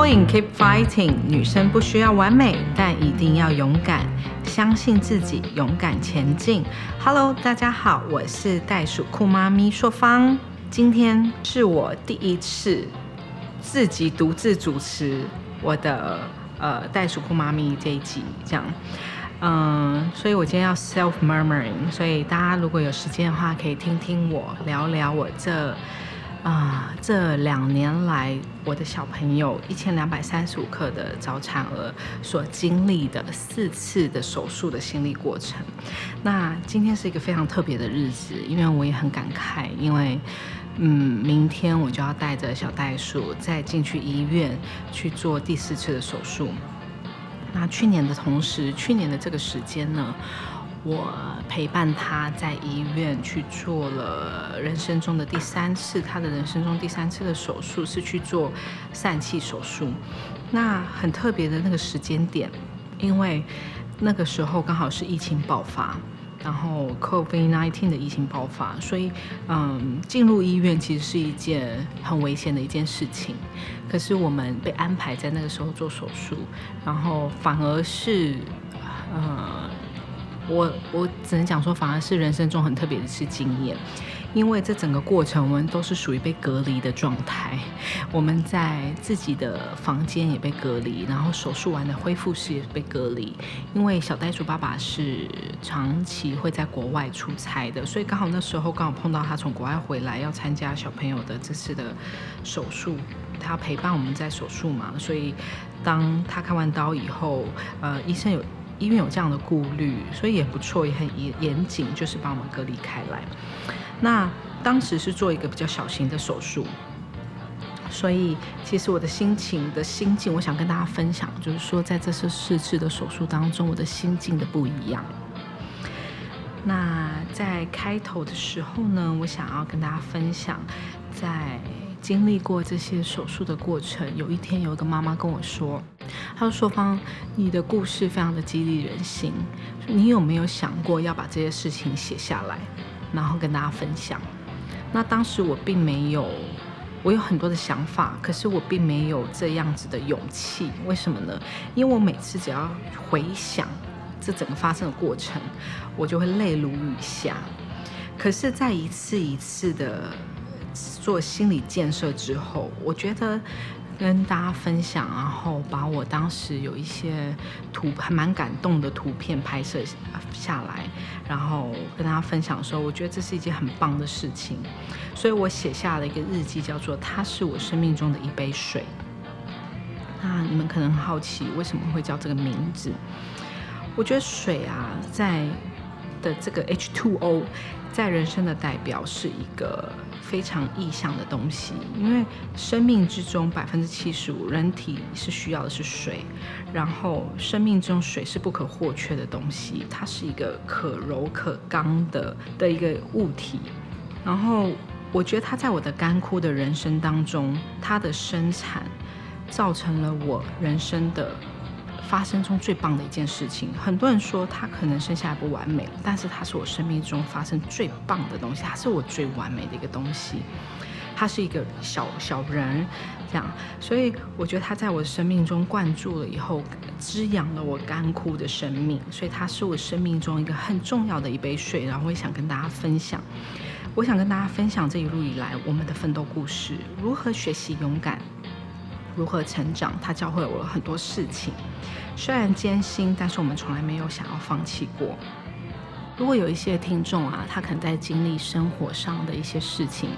Darling, keep fighting。女生不需要完美，但一定要勇敢，相信自己，勇敢前进。Hello， 大家好，我是袋鼠酷妈咪硕芳。今天是我第一次自己独自主持我的袋鼠酷妈咪这一集，这样。所以我今天要 self murmuring， 所以大家如果有时间的话，可以听听我聊聊我这2年来我的小朋友1235克的早产儿所经历的4次的手术的心理过程。那今天是一个非常特别的日子，因为我也很感慨，因为明天我就要带着小袋鼠再进去医院去做第4次的手术。那去年的这个时间呢，我陪伴他在医院去做了人生中的第3次，他的人生中第3次的手术是去做疝气手术。那很特别的那个时间点，因为那个时候刚好是疫情爆发，然后 COVID-19 的疫情爆发，所以进入医院其实是一件很危险的一件事情。可是我们被安排在那个时候做手术，然后反而是我只能讲说，反而是人生中很特别的一次经验，因为这整个过程我们都是属于被隔离的状态，我们在自己的房间也被隔离，然后手术完的恢复室也被隔离，因为小袋鼠爸爸是长期会在国外出差的，所以那时候刚好碰到他从国外回来要参加小朋友的这次的手术，他陪伴我们在手术嘛，所以当他开完刀以后，医院有这样的顾虑，所以也不错，也很严谨，就是把我们隔离开来。那当时是做一个比较小型的手术，所以其实我的心境，我想跟大家分享，就是说在这4次的手术当中，我的心境的不一样。那在开头的时候呢，我想要跟大家分享，在经历过这些手术的过程，有一天有一个妈妈跟我说，她说：“硕芳，你的故事非常的激励人心，你有没有想过要把这些事情写下来，然后跟大家分享？”那当时我并没有，我有很多的想法，可是我并没有这样子的勇气。为什么呢？因为我每次只要回想这整个发生的过程，我就会泪如雨下。可是在一次一次的做心理建设之后，我觉得跟大家分享，然后把我当时有一些还蛮感动的图片拍摄下来，然后跟大家分享的时候，我觉得这是一件很棒的事情，所以我写下了一个日记，叫做它是我生命中的一杯水。那你们可能很好奇为什么会叫这个名字。我觉得水啊，在的这个 H2O 在人生的代表是一个非常意象的东西，因为生命之中75%人体是需要的是水，然后生命中水是不可或缺的东西，它是一个可柔可刚的一个物体。然后我觉得它在我的干枯的人生当中，它的生产造成了我人生的发生中最棒的一件事情。很多人说他可能生下来不完美，但是它是我生命中发生最棒的东西，它是我最完美的一个东西，它是一个小人这样。所以我觉得它在我的生命中灌注了以后，滋养了我干枯的生命，所以它是我生命中一个很重要的一杯水。然后我也想跟大家分享，这一路以来我们的奋斗故事，如何学习勇敢，如何成长，它教会了我很多事情。虽然艰辛，但是我们从来没有想要放弃过。如果有一些听众啊，他可能在经历生活上的一些事情，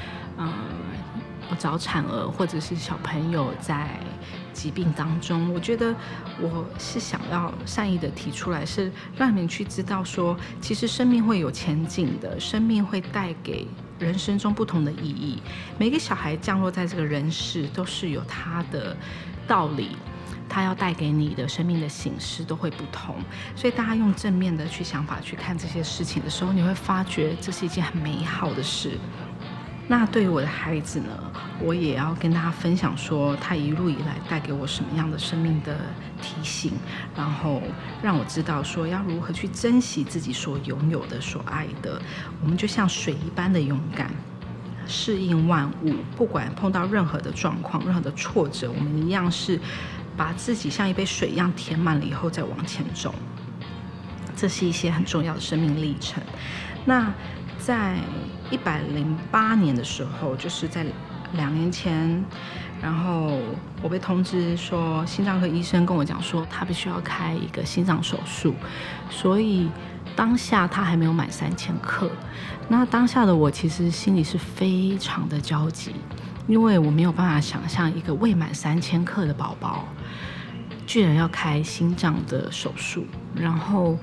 早产儿或者是小朋友在疾病当中，我觉得我是想要善意的提出来，是让你们去知道说，其实生命会有前进的，生命会带给人生中不同的意义。每个小孩降落在这个人世，都是有他的道理，他要带给你的生命的形式都会不同。所以大家用正面的想法去看这些事情的时候，你会发觉这是一件很美好的事。那对于我的孩子呢，我也要跟大家分享说，他一路以来带给我什么样的生命的提醒，然后让我知道说要如何去珍惜自己所拥有的、所爱的。我们就像水一般的勇敢， 适应万物，不管碰到任何的状况、任何的挫折，我们一样是把自己像一杯水一样填满了以后再往前走。这是一些很重要的生命历程。那在108年的时候，就是在2年前，然后我被通知说，心脏科医生跟我讲说，他必须要开一个心脏手术，所以当下他还没有满3000克。那当下的我其实心里是非常的焦急，因为我没有办法想象一个未满3000克的宝宝居然要开心脏的手术。然后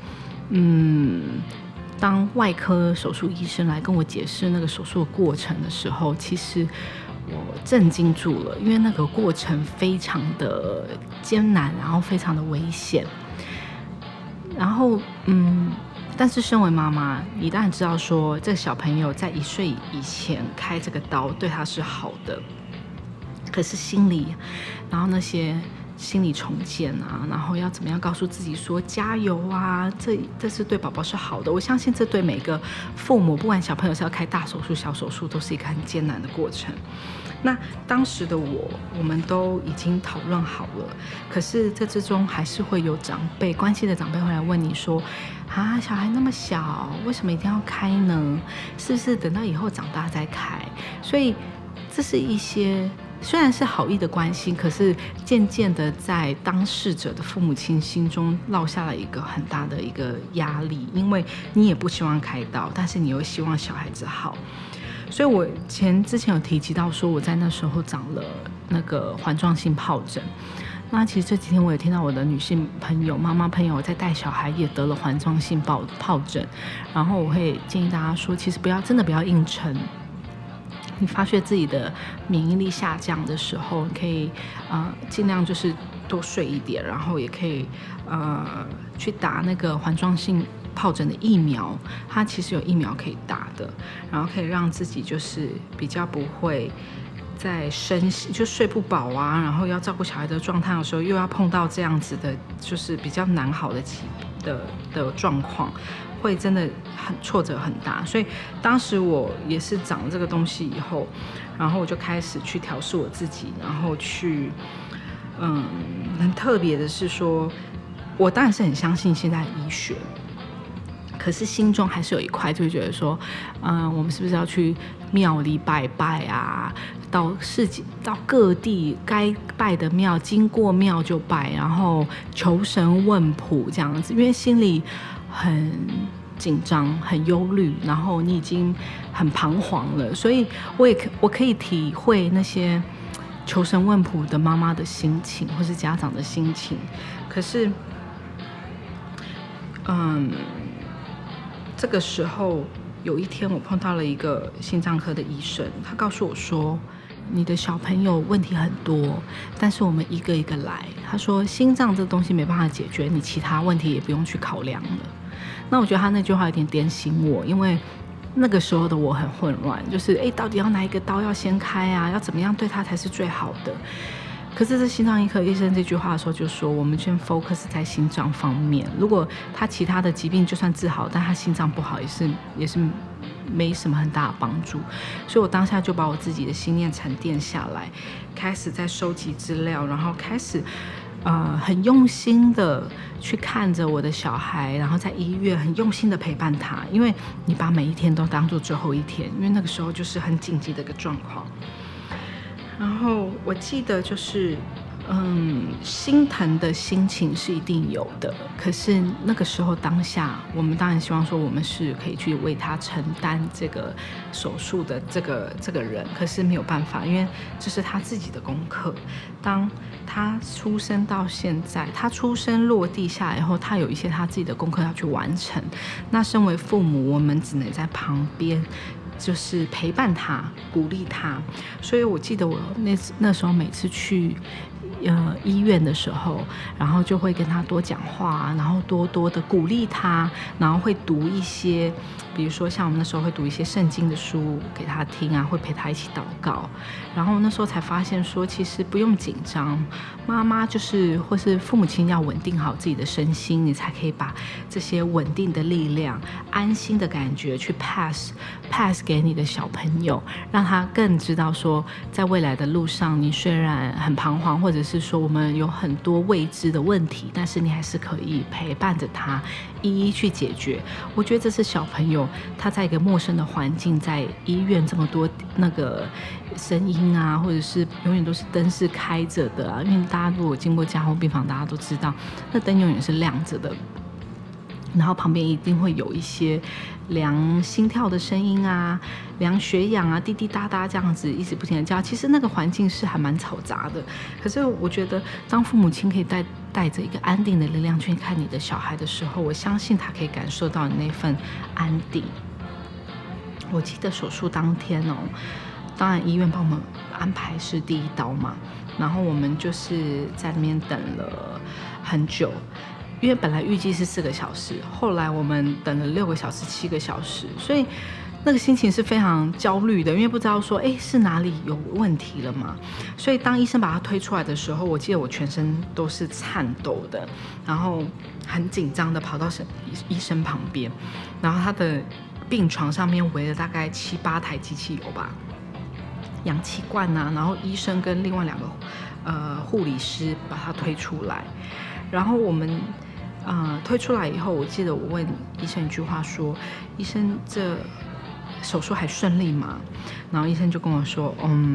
当外科手术医生来跟我解释那个手术的过程的时候，其实我震惊住了，因为那个过程非常的艰难，然后非常的危险。然后但是身为妈妈，你当然知道说，这个小朋友在1岁以前开这个刀对他是好的，可是心里，然后那些心理重建啊，然后要怎么样告诉自己说加油啊，这是对宝宝是好的。我相信这对每个父母，不管小朋友是要开大手术小手术，都是一个很艰难的过程。那当时的我们都已经讨论好了，可是这之中还是会有关系的长辈会来问你说，啊，小孩那么小，为什么一定要开呢？是不是等到以后长大再开？所以这是一些虽然是好意的关心，可是渐渐的在当事者的父母亲心中落下了一个很大的一个压力，因为你也不希望开刀，但是你又希望小孩子好。所以我之前有提及到说，我在那时候长了那个环状性疱疹。那其实这几天我也听到我的女性朋友、妈妈朋友在带小孩也得了环状性疱疹，然后我会建议大家说，其实真的不要硬撑。你发觉自己的免疫力下降的时候，你可以尽量就是多睡一点，然后也可以去打那个环状性疱疹的疫苗，它其实有疫苗可以打的，然后可以让自己就是比较不会在就睡不饱啊，然后要照顾小孩的状态的时候，又要碰到这样子的，就是比较难好的状况，会真的很挫折很大。所以当时我也是长了这个东西以后，然后我就开始去调试我自己，然后去很特别的是说，我当然是很相信现在医学，可是心中还是有一块就会觉得说，我们是不是要去庙里拜拜啊？到各地该拜的庙，经过庙就拜，然后求神问卜这样子，因为心里很紧张、很忧虑，然后你已经很彷徨了，所以我可以体会那些求神问卜的妈妈的心情，或是家长的心情。可是，这个时候有一天我碰到了一个心脏科的医生，他告诉我说，你的小朋友问题很多，但是我们一个一个来。他说心脏这东西没办法解决，你其他问题也不用去考量了。那我觉得他那句话有点点醒我，因为那个时候的我很混乱，就是到底要哪一个刀要先开啊？要怎么样对他才是最好的？可是这心脏医科医生这句话的时候就说，我们先 focus 在心脏方面，如果他其他的疾病就算治好，但他心脏不好也是没什么很大的帮助。所以我当下就把我自己的心念沉淀下来，开始在收集资料，然后开始很用心的去看着我的小孩，然后在医院很用心的陪伴他，因为你把每一天都当作最后一天，因为那个时候就是很紧急的一个状况。然后我记得就是心疼的心情是一定有的，可是那个时候当下，我们当然希望说我们是可以去为他承担这个手术的这个人，可是没有办法，因为这是他自己的功课。当他出生到现在，他出生落地下来以后，他有一些他自己的功课要去完成。那身为父母，我们只能在旁边就是陪伴他，鼓励他。所以我记得我那时候每次去医院的时候，然后就会跟他多讲话，然后多多的鼓励他，然后会读一些，比如说像我们那时候会读一些圣经的书给他听啊，会陪他一起祷告。然后那时候才发现说，其实不用紧张，妈妈或是父母亲要稳定好自己的身心，你才可以把这些稳定的力量、安心的感觉去 pass 给你的小朋友，让他更知道说，在未来的路上，你虽然很彷徨，或者是说我们有很多未知的问题，但是你还是可以陪伴着他，一一去解决。我觉得这是小朋友他在一个陌生的环境，在医院这么多那个声音啊，或者是永远都是灯是开着的啊，因为大家如果经过加护病房，大家都知道那灯永远是亮着的。然后旁边一定会有一些量心跳的声音啊，量血氧啊，滴滴答答这样子一直不停的叫。其实那个环境是还蛮嘈杂的，可是我觉得当父母亲可以带着一个安定的力量去看你的小孩的时候，我相信他可以感受到你那份安定。我记得手术当天当然医院帮我们安排是第一刀嘛，然后我们就是在那边等了很久。因为本来预计是4个小时，后来我们等了6个小时、7个小时，所以那个心情是非常焦虑的，因为不知道说，是哪里有问题了嘛。所以当医生把它推出来的时候，我记得我全身都是颤抖的，然后很紧张的跑到医生旁边，然后他的病床上面围了大概7、8台机器有吧，氧气罐啊，然后医生跟另外2个护理师把它推出来，然后我们推出来以后，我记得我问医生一句话说：“医生，这手术还顺利吗？”然后医生就跟我说：“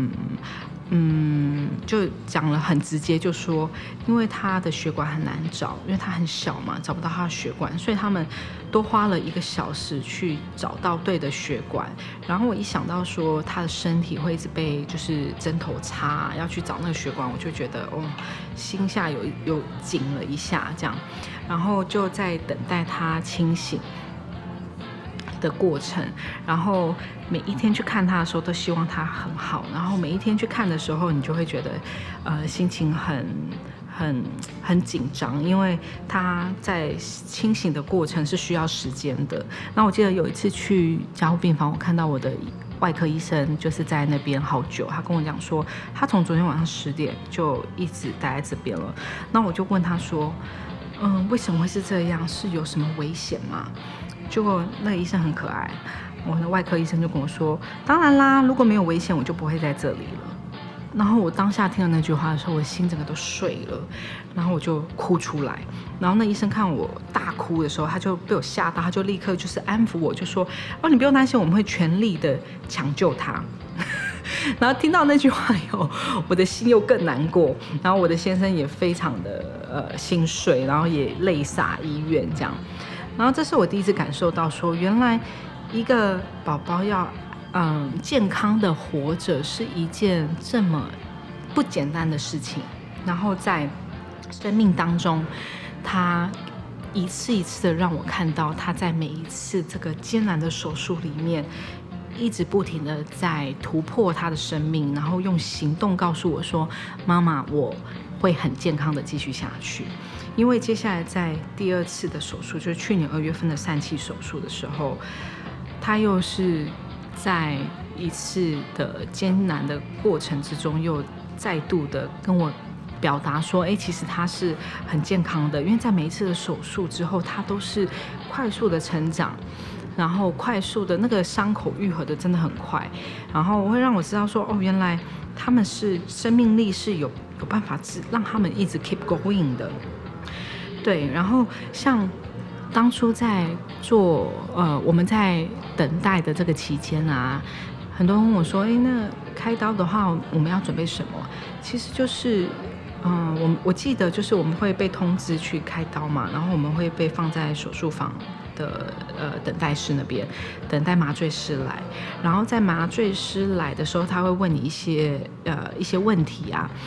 就讲了很直接，就说因为他的血管很难找，因为他很小嘛，找不到他的血管，所以他们多花了1个小时去找到对的血管。然后我一想到说他的身体会一直被就是针头插，要去找那个血管，我就觉得心下有紧了一下这样，然后就在等待他清醒的过程，然后每一天去看他的时候都希望他很好，然后每一天去看的时候你就会觉得心情很紧张，因为他在清醒的过程是需要时间的。那我记得有一次去加护病房，我看到我的外科医生就是在那边好久，他跟我讲说他从昨天晚上10点就一直待在这边了。那我就问他说为什么会是这样，是有什么危险吗？结果那个医生很可爱，我的外科医生就跟我说，当然啦，如果没有危险我就不会在这里了。然后我当下听到那句话的时候，我心整个都碎了，然后我就哭出来。然后那医生看我大哭的时候，他就被我吓到，他就立刻就是安抚我，就说你不用担心，我们会全力的抢救他。然后听到那句话以后，我的心又更难过，然后我的先生也非常的心碎，然后也泪洒医院这样。然后这是我第一次感受到说，原来一个宝宝要健康的活着是一件这么不简单的事情。然后在生命当中，他一次一次的让我看到他在每一次这个艰难的手术里面，一直不停的在突破他的生命，然后用行动告诉我说，妈妈，我会很健康的继续下去。因为接下来在第2次的手术，就是去年2月份的疝气手术的时候，他又是在一次的艰难的过程之中，又再度的跟我表达说，其实他是很健康的，因为在每一次的手术之后，他都是快速的成长，然后快速的那个伤口愈合的真的很快，然后会让我知道说，原来他们是生命力是有办法让他们一直 keep going 的。对，然后像当初在做我们在等待的这个期间啊，很多人问我说，那开刀的话我们要准备什么？其实就是我记得就是我们会被通知去开刀嘛，然后我们会被放在手术房的等待室那边，等待麻醉师来。然后在麻醉师来的时候，他会问你一些问题啊。然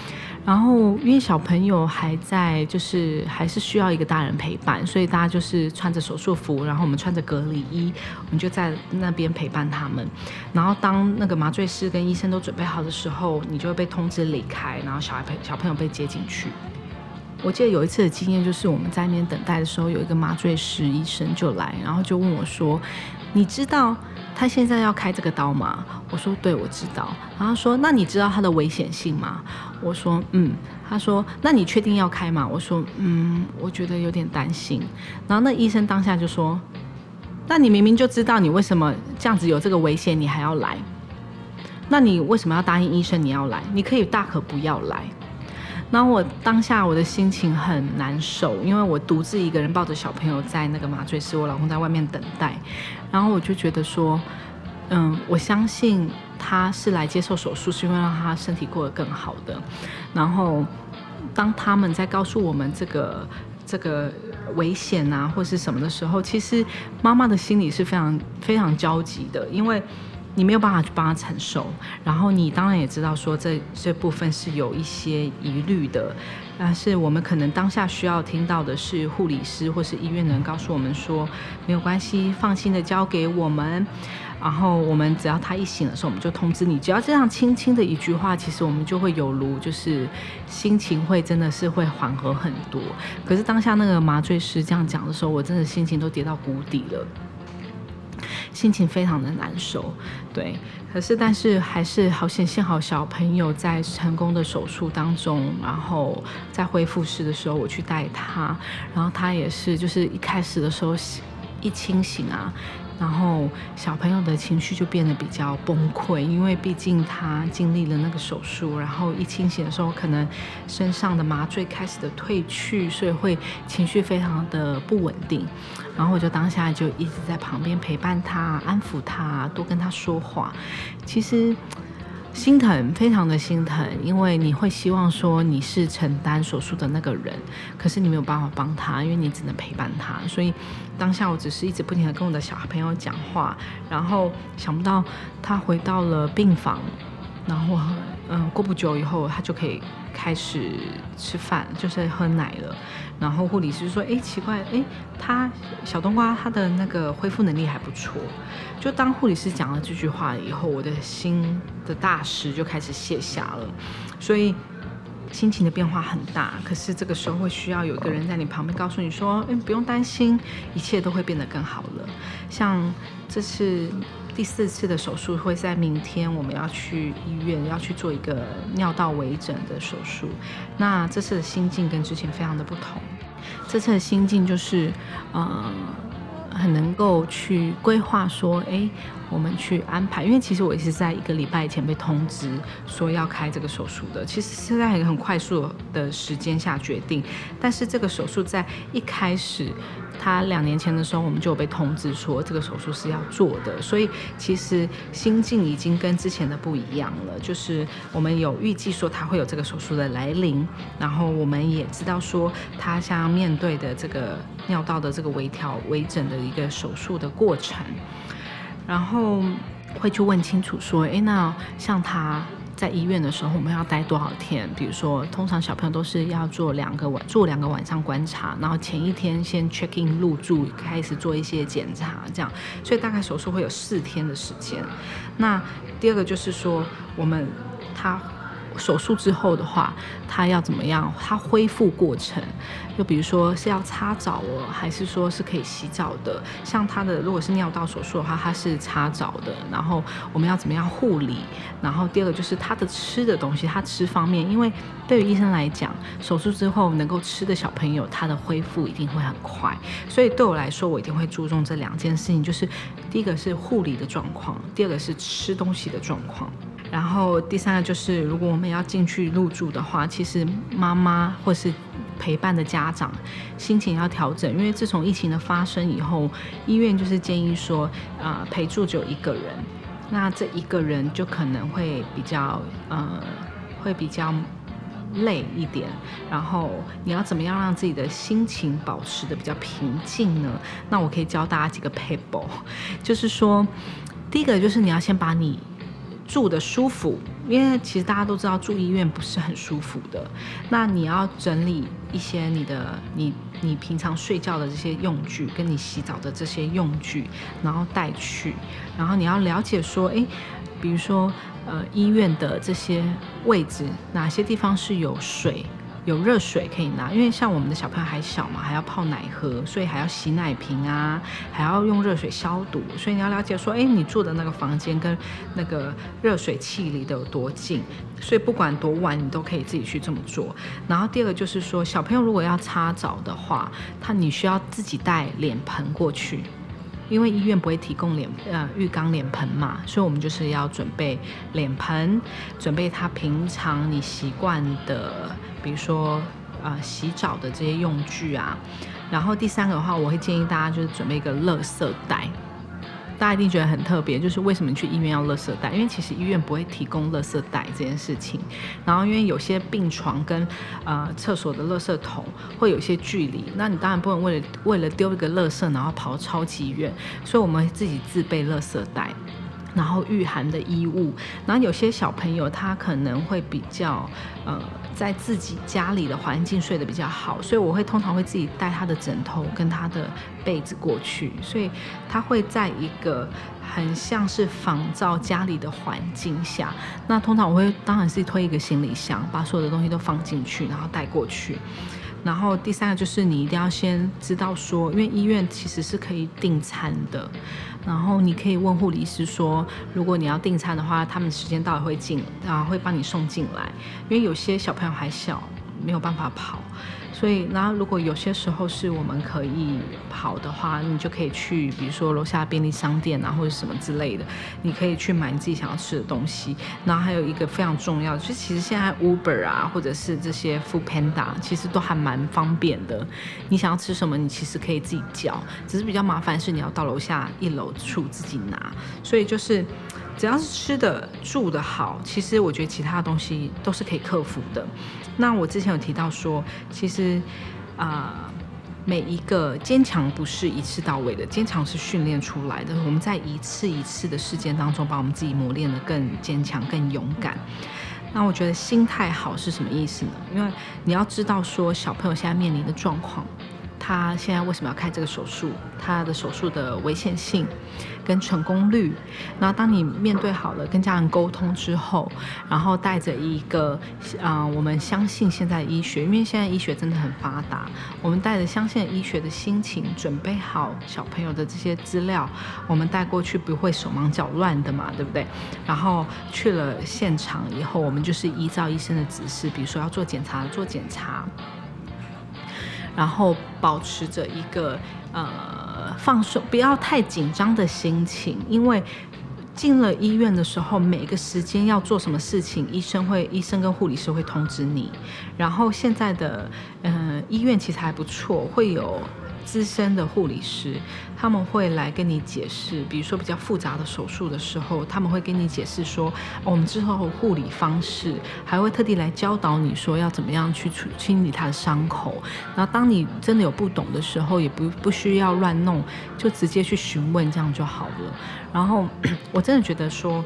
然后因为小朋友还在，就是还是需要一个大人陪伴，所以大家就是穿着手术服，然后我们穿着隔离衣，我们就在那边陪伴他们。然后当那个麻醉师跟医生都准备好的时候，你就会被通知离开，然后小朋友被接进去。我记得有一次的经验就是我们在那边等待的时候，有一个麻醉师医生就来，然后就问我说：“你知道他现在要开这个刀吗？”我说：“对，我知道。”然后他说：“那你知道它的危险性吗？”我说：“嗯。”他说：“那你确定要开吗？”我说：“我觉得有点担心。”然后那医生当下就说：“那你明明就知道你为什么这样子有这个危险，你还要来？那你为什么要答应医生你要来？你可以大可不要来。”然后我当下我的心情很难受，因为我独自一个人抱着小朋友在那个麻醉室，我老公在外面等待。然后我就觉得说，我相信他是来接受手术，是因为让他身体过得更好的。然后当他们在告诉我们这个危险啊或是什么的时候，其实妈妈的心里是非常非常焦急的，因为你没有办法去帮他承受，然后你当然也知道说这部分是有一些疑虑的，但是我们可能当下需要听到的是护理师或是医院的人告诉我们说，没有关系，放心的交给我们，然后我们只要他一醒的时候我们就通知你，只要这样轻轻的一句话，其实我们就会有如就是心情会真的是会缓和很多。可是当下那个麻醉师这样讲的时候，我真的心情都跌到谷底了，心情非常的难受，对。但是还是好险，幸好小朋友在成功的手术当中，然后在恢复室的时候我去带他，然后他也是就是一开始的时候一清醒啊，然后小朋友的情绪就变得比较崩溃，因为毕竟他经历了那个手术，然后一清醒的时候可能身上的麻醉开始的褪去，所以会情绪非常的不稳定。然后我就当下就一直在旁边陪伴他，安抚他，多跟他说话。其实心疼，非常的心疼，因为你会希望说你是承担手术的那个人，可是你没有办法帮他，因为你只能陪伴他。所以当下我只是一直不停的跟我的小朋友讲话，然后想不到他回到了病房，然后过不久以后他就可以开始吃饭，就是喝奶了。然后护理师说：“奇怪，他小冬瓜他的那个恢复能力还不错。”就当护理师讲了这句话以后，我的心的大石就开始卸下了。所以心情的变化很大，可是这个时候会需要有一个人在你旁边告诉你说：“不用担心，一切都会变得更好了。”像这次第4次的手术会在明天，我们要去医院要去做一个尿道微整的手术。那这次的心境跟之前非常的不同，这次的心境就是很能够去规划说，我们去安排，因为其实我也是在1个礼拜前被通知说要开这个手术的，其实是在一个很快速的时间下决定，但是这个手术在一开始，他2年前的时候我们就有被通知说这个手术是要做的，所以其实心境已经跟之前的不一样了，就是我们有预计说他会有这个手术的来临，然后我们也知道说他将要面对的这个尿道的这个微整的一个手术的过程，然后会去问清楚说，那像他在医院的时候我们要待多少天，比如说通常小朋友都是要做2个晚上观察，然后前一天先 check in 入住，开始做一些检查，这样，所以大概手术会有4天的时间。那第二个就是说他手术之后的话，他要怎么样？他恢复过程，就比如说是要擦澡还是说是可以洗澡的？像他的如果是尿道手术的话，他是擦澡的。然后我们要怎么样护理？然后第二个就是他的吃的东西，他吃方面，因为对于医生来讲，手术之后能够吃的小朋友，他的恢复一定会很快。所以对我来说，我一定会注重这2件事情，就是第一个是护理的状况，第二个是吃东西的状况。然后第3个就是，如果我们要进去入住的话，其实妈妈或是陪伴的家长心情要调整，因为自从疫情的发生以后，医院就是建议说，陪住只有1个人，那这1个人就可能会比较累一点，然后你要怎么样让自己的心情保持的比较平静呢？那我可以教大家几个 paper， 就是说，第一个就是你要先把你住的舒服，因为其实大家都知道住医院不是很舒服的。那你要整理一些你平常睡觉的这些用具，跟你洗澡的这些用具，然后带去，然后你要了解说，比如说医院的这些位置，哪些地方是有水。有热水可以拿，因为像我们的小朋友还小嘛，还要泡奶喝，所以还要洗奶瓶啊，还要用热水消毒，所以你要了解说，你住的那个房间跟那个热水器离得有多近，所以不管多晚你都可以自己去这么做。然后第二个就是说，小朋友如果要擦澡的话，你需要自己带脸盆过去。因为医院不会提供浴缸脸盆嘛，所以我们就是要准备脸盆，准备他平常你习惯的，比如说洗澡的这些用具啊。然后第三个的话，我会建议大家就是准备一个垃圾袋。大家一定觉得很特别，就是为什么去医院要垃圾袋？因为其实医院不会提供垃圾袋这件事情。然后因为有些病床跟厕所的垃圾桶会有一些距离，那你当然不能为了丢一个垃圾然后跑超级远，所以我们自己自备垃圾袋。然后御寒的衣物，然后有些小朋友他可能会比较在自己家里的环境睡得比较好，所以我会通常会自己带他的枕头跟他的被子过去，所以他会在一个很像是仿照家里的环境下。那通常我会当然是推一个行李箱，把所有的东西都放进去，然后带过去。然后第三个就是你一定要先知道说，因为医院其实是可以订餐的，然后你可以问护理师说，如果你要订餐的话，他们时间到了会帮你送进来，因为有些小朋友还小，没有办法跑。所以，然后如果有些时候是我们可以跑的话，你就可以去，比如说楼下便利商店啊，或者什么之类的，你可以去买你自己想要吃的东西。然后还有一个非常重要的，就是其实现在 Uber 啊，或者是这些 Food Panda， 其实都还蛮方便的。你想要吃什么，你其实可以自己叫，只是比较麻烦是你要到楼下1楼处自己拿。所以就是只要是吃的住的好，其实我觉得其他的东西都是可以克服的。那我之前有提到说，其实每一个坚强不是一次到位的，坚强是训练出来的。我们在一次一次的事件当中，把我们自己磨练得更坚强、更勇敢。那我觉得心态好是什么意思呢？因为你要知道说，小朋友现在面临的状况，他现在为什么要开这个手术，他的手术的危险性跟成功率。然后当你面对好了，跟家人沟通之后，然后带着一个我们相信现在的医学，因为现在医学真的很发达，我们带着相信医学的心情，准备好小朋友的这些资料，我们带过去不会手忙脚乱的嘛，对不对？然后去了现场以后，我们就是依照医生的指示，比如说要做检查，然后保持着一个放松，不要太紧张的心情，因为进了医院的时候，每个时间要做什么事情，医生跟护理师会通知你。然后现在的医院其实还不错，会有资深的护理师，他们会来跟你解释，比如说比较复杂的手术的时候，他们会跟你解释说，我们之后护理方式，还会特地来教导你说要怎么样去清理他的伤口。然后当你真的有不懂的时候，也不需要乱弄，就直接去询问，这样就好了。然后我真的觉得说，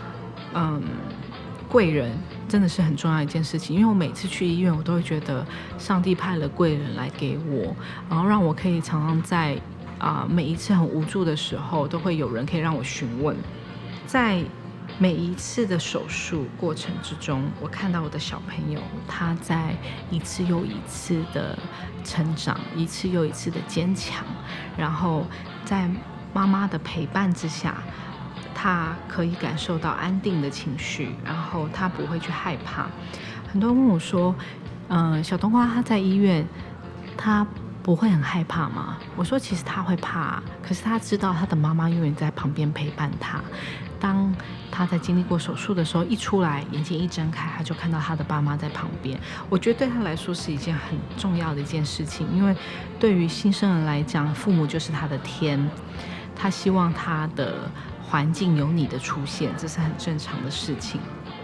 贵人真的是很重要的一件事情，因为我每次去医院，我都会觉得上帝派了贵人来给我，然后让我可以常常在每一次很无助的时候，都会有人可以让我询问。在每一次的手术过程之中，我看到我的小朋友，他在一次又一次的成长，一次又一次的坚强，然后在妈妈的陪伴之下，他可以感受到安定的情绪，然后他不会去害怕。很多人问我说，小冬瓜他在医院，他不会很害怕吗？我说其实他会怕，可是他知道他的妈妈永远在旁边陪伴他。当他在经历过手术的时候，一出来眼睛一睁开，他就看到他的爸妈在旁边。我觉得对他来说是一件很重要的一件事情，因为对于新生儿来讲，父母就是他的天，他希望他的环境有你的出现，这是很正常的事情。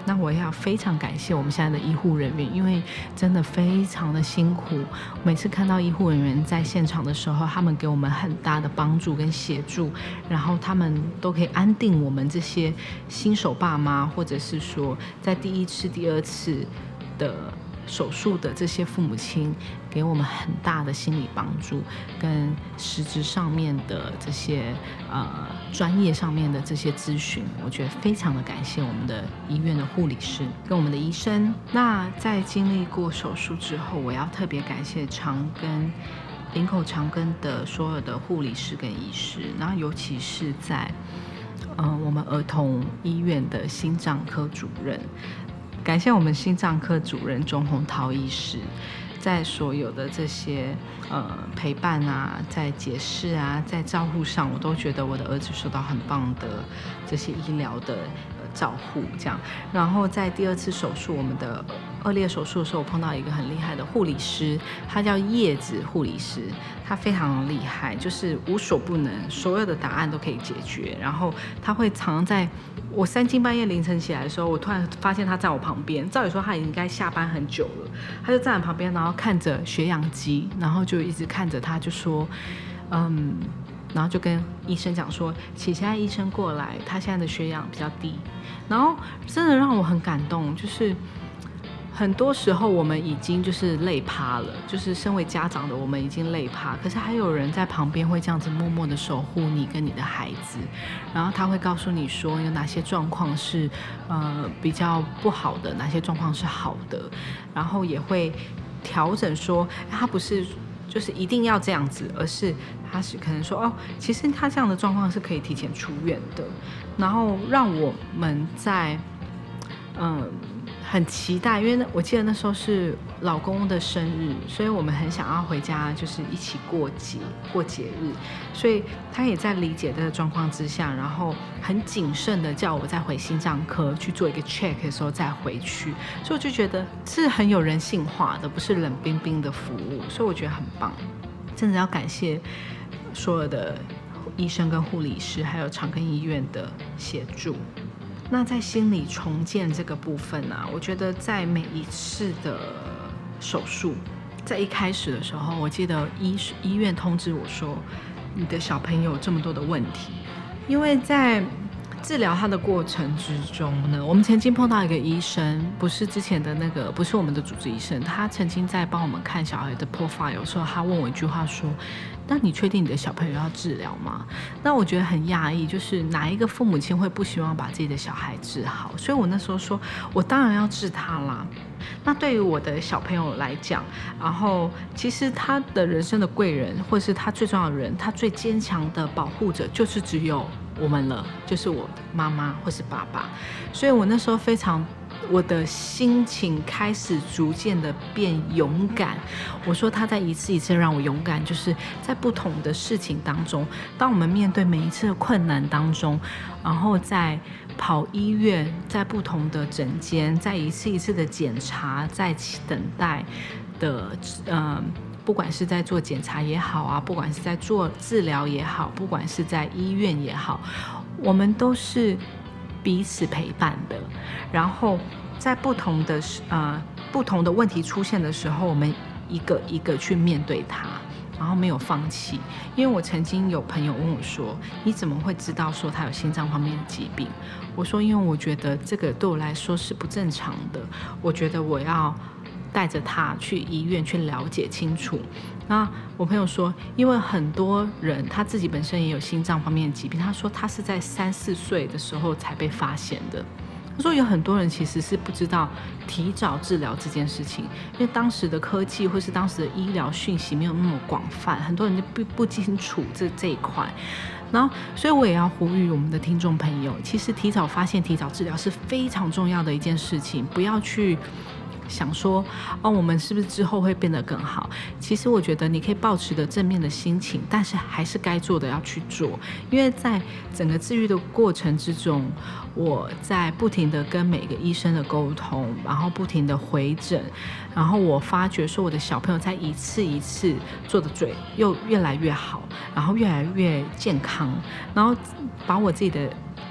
那我也要非常感谢我们现在的医护人员，因为真的非常的辛苦。每次看到医护人员在现场的时候，他们给我们很大的帮助跟协助，然后他们都可以安定我们这些新手爸妈，或者是说在第一次、第二次的手术的这些父母亲，给我们很大的心理帮助，跟实质上面的这些专业上面的这些咨询，我觉得非常的感谢我们的医院的护理师跟我们的医生。那在经历过手术之后，我要特别感谢林口长庚的所有的护理师跟医师，然后尤其是在我们儿童医院的心脏科主任。感谢我们心脏科主任钟宏涛医师，在所有的这些陪伴啊，在解释啊，在照护上，我都觉得我的儿子受到很棒的这些医疗的照护，这样。然后在第二次手术，我们的恶劣手术的时候，我碰到一个很厉害的护理师，他叫叶子护理师，他非常厉害，就是无所不能，所有的答案都可以解决。然后他会常常在我3更半夜凌晨起来的时候，我突然发现他在我旁边，照理说他应该下班很久了，他就站在旁边，然后看着血氧机，然后就一直看着他，就说然后就跟医生讲说，请现在医生过来，他现在的血氧比较低。然后真的让我很感动，就是很多时候我们已经就是累趴了，就是身为家长的我们已经累趴，可是还有人在旁边会这样子默默的守护你跟你的孩子，然后他会告诉你说有哪些状况是比较不好的，哪些状况是好的，然后也会调整说他不是就是一定要这样子，而是他是可能说其实他这样的状况是可以提前出院的，然后让我们在很期待，因为我记得那时候是老公的生日，所以我们很想要回家，就是一起过节日，所以他也在理解这个状况之下，然后很谨慎的叫我再回心脏科去做一个 check 的时候再回去，所以我就觉得是很有人性化的，不是冷冰冰的服务，所以我觉得很棒，真的要感谢所有的医生跟护理师，还有长庚医院的协助。那在心理重建这个部分啊，我觉得在每一次的手术，在一开始的时候，我记得医院通知我说，你的小朋友有这么多的问题，因为在治疗他的过程之中呢，我们曾经碰到一个医生，不是之前的那个，不是我们的主治医生，他曾经在帮我们看小孩的 profile 的时候，他问我一句话说，那你确定你的小朋友要治疗吗？那我觉得很讶异，就是哪一个父母亲会不希望把自己的小孩治好？所以我那时候说，我当然要治他啦。那对于我的小朋友来讲，然后其实他的人生的贵人，或是他最重要的人，他最坚强的保护者，就是只有我们了，就是我妈妈或是爸爸。所以我那时候我的心情开始逐渐的变勇敢。我说他在一次一次让我勇敢，就是在不同的事情当中，当我们面对每一次的困难当中，然后在跑医院，在不同的诊间，在一次一次的检查，在等待的不管是在做检查也好啊，不管是在做治疗也好，不管是在医院也好，我们都是彼此陪伴的。然后在不同的问题出现的时候，我们一个一个去面对它，然后没有放弃。因为我曾经有朋友问我说，你怎么会知道说他有心脏方面的疾病？我说因为我觉得这个对我来说是不正常的，我觉得我要带着他去医院去了解清楚。那我朋友说，因为很多人他自己本身也有心脏方面的疾病，他说他是在3、4岁的时候才被发现的。他说有很多人其实是不知道提早治疗这件事情，因为当时的科技或是当时的医疗讯息没有那么广泛，很多人就不清楚这一块。然后所以我也要呼吁我们的听众朋友，其实提早发现提早治疗是非常重要的一件事情，不要去想说我们是不是之后会变得更好。其实我觉得你可以抱持着正面的心情，但是还是该做的要去做。因为在整个治愈的过程之中，我在不停的跟每个医生的沟通，然后不停的回诊，然后我发觉说我的小朋友在一次一次做的又越来越好，然后越来越健康，然后把我自己的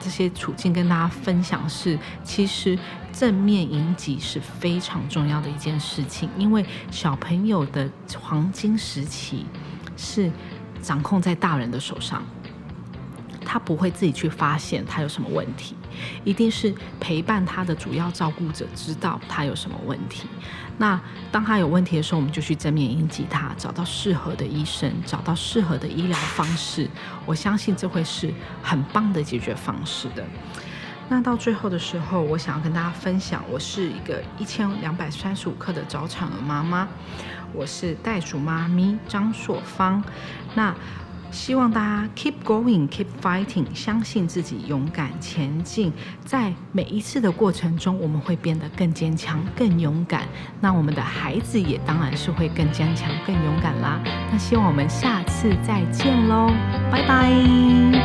这些处境跟大家分享是，其实正面迎击是非常重要的一件事情，因为小朋友的黄金时期是掌控在大人的手上，他不会自己去发现他有什么问题，一定是陪伴他的主要照顾者知道他有什么问题。那当他有问题的时候，我们就去正面迎击他，找到适合的医生，找到适合的医疗方式，我相信这会是很棒的解决方式的。那到最后的时候，我想要跟大家分享，我是一个1235克的早产儿妈妈，我是袋鼠妈咪张硕芳。那希望大家 keep going, keep fighting， 相信自己，勇敢前进。在每一次的过程中，我们会变得更坚强、更勇敢。那我们的孩子也当然是会更坚强、更勇敢啦。那希望我们下次再见喽，拜拜。